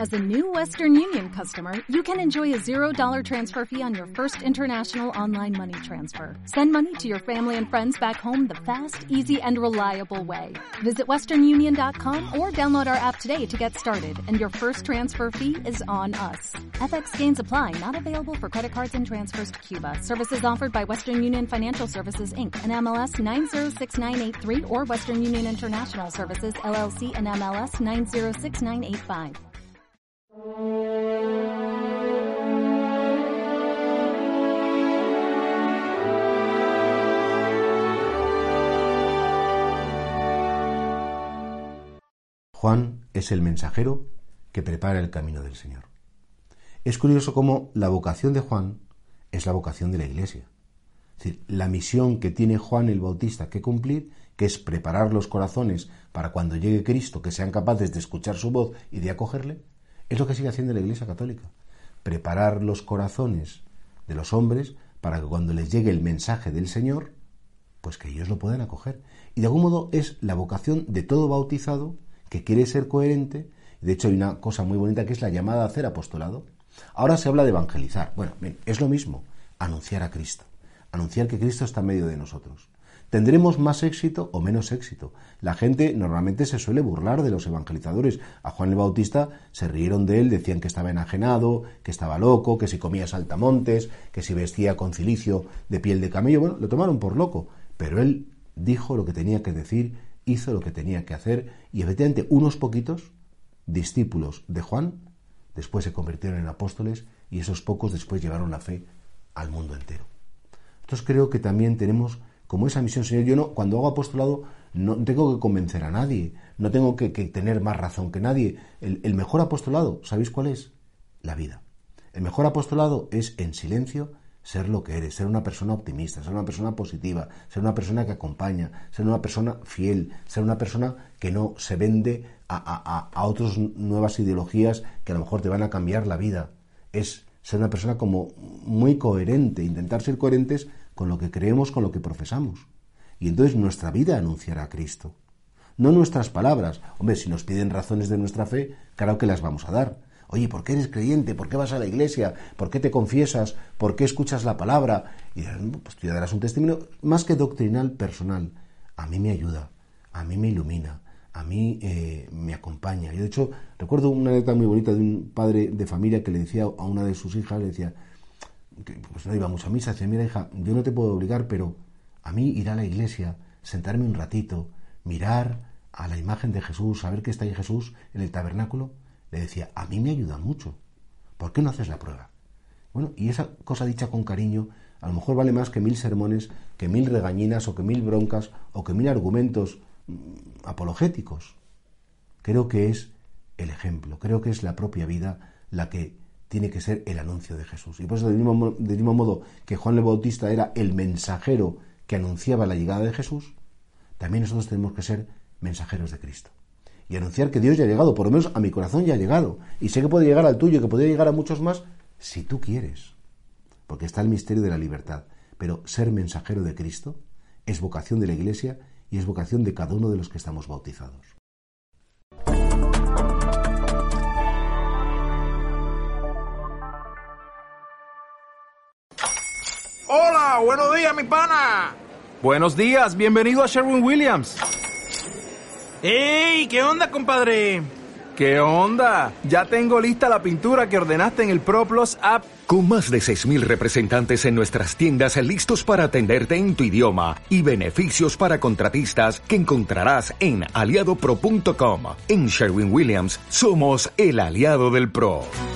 As a new Western Union customer, you can enjoy a $0 transfer fee on your first international online money transfer. Send money to your family and friends back home the fast, easy, and reliable way. Visit westernunion.com or download our app today to get started, and your first transfer fee is on us. FX gains apply, not available for credit cards and transfers to Cuba. Services offered by Western Union Financial Services, Inc., and MLS 906983, or Western Union International Services, LLC, and MLS 906985. Juan es el mensajero que prepara el camino del Señor. Es curioso cómo la vocación de Juan es la vocación de la Iglesia. Es decir, la misión que tiene Juan el Bautista que cumplir, que es preparar los corazones para cuando llegue Cristo, que sean capaces de escuchar su voz y de acogerle, es lo que sigue haciendo la Iglesia Católica. Preparar los corazones de los hombres para que cuando les llegue el mensaje del Señor, pues que ellos lo puedan acoger. Y de algún modo es la vocación de todo bautizado que quiere ser coherente. De hecho, hay una cosa muy bonita que es la llamada a hacer apostolado. Ahora se habla de evangelizar. Bueno, bien, es lo mismo, anunciar a Cristo, anunciar que Cristo está en medio de nosotros. ¿Tendremos más éxito o menos éxito? La gente normalmente se suele burlar de los evangelizadores. A Juan el Bautista se rieron de él, decían que estaba enajenado, que estaba loco, que si comía saltamontes, que si vestía con cilicio de piel de camello. Bueno, lo tomaron por loco, pero él dijo lo que tenía que decir, hizo lo que tenía que hacer, y efectivamente unos poquitos discípulos de Juan después se convirtieron en apóstoles, y esos pocos después llevaron la fe al mundo entero. Entonces creo que también tenemos como esa misión, Señor. Yo cuando hago apostolado no tengo que convencer a nadie, no tengo que tener más razón que nadie. El mejor apostolado, ¿sabéis cuál es? La vida. El mejor apostolado es en silencio ser lo que eres, ser una persona optimista, ser una persona positiva, ser una persona que acompaña, ser una persona fiel, ser una persona que no se vende a otras nuevas ideologías que a lo mejor te van a cambiar la vida. Es ser una persona como muy coherente, intentar ser coherentes con lo que creemos, con lo que profesamos. Y entonces nuestra vida anunciará a Cristo. No nuestras palabras. Hombre, si nos piden razones de nuestra fe, claro que las vamos a dar. Oye, ¿por qué eres creyente? ¿Por qué vas a la iglesia? ¿Por qué te confiesas? ¿Por qué escuchas la palabra? Y pues tú ya darás un testimonio más que doctrinal, personal. A mí me ayuda, a mí me ilumina, a mí me acompaña. Yo, de hecho, recuerdo una anécdota muy bonita de un padre de familia que le decía a una de sus hijas, le decía, que pues no íbamos a misa, decía, mira hija, yo no te puedo obligar, pero a mí ir a la iglesia, sentarme un ratito, mirar a la imagen de Jesús, saber que está ahí Jesús en el tabernáculo, le decía, a mí me ayuda mucho. ¿Por qué no haces la prueba? Bueno, y esa cosa dicha con cariño a lo mejor vale más que 1000 sermones, que 1000 regañinas, o que 1000 broncas, o que 1000 argumentos apologéticos. Creo que es el ejemplo, creo que es la propia vida la que tiene que ser el anuncio de Jesús. Y por eso, del mismo modo que Juan el Bautista era el mensajero que anunciaba la llegada de Jesús, también nosotros tenemos que ser mensajeros de Cristo. Y anunciar que Dios ya ha llegado, por lo menos a mi corazón ya ha llegado. Y sé que puede llegar al tuyo, que podría llegar a muchos más, si tú quieres. Porque está el misterio de la libertad. Pero ser mensajero de Cristo es vocación de la Iglesia y es vocación de cada uno de los que estamos bautizados. Hola, buenos días, mi pana. Buenos días, bienvenido a Sherwin-Williams. ¡Ey! ¿Qué onda, compadre? ¿Qué onda? Ya tengo lista la pintura que ordenaste en el ProPlus app. Con más de 6,000 representantes en nuestras tiendas listos para atenderte en tu idioma y beneficios para contratistas que encontrarás en aliadopro.com. En Sherwin-Williams somos el aliado del pro.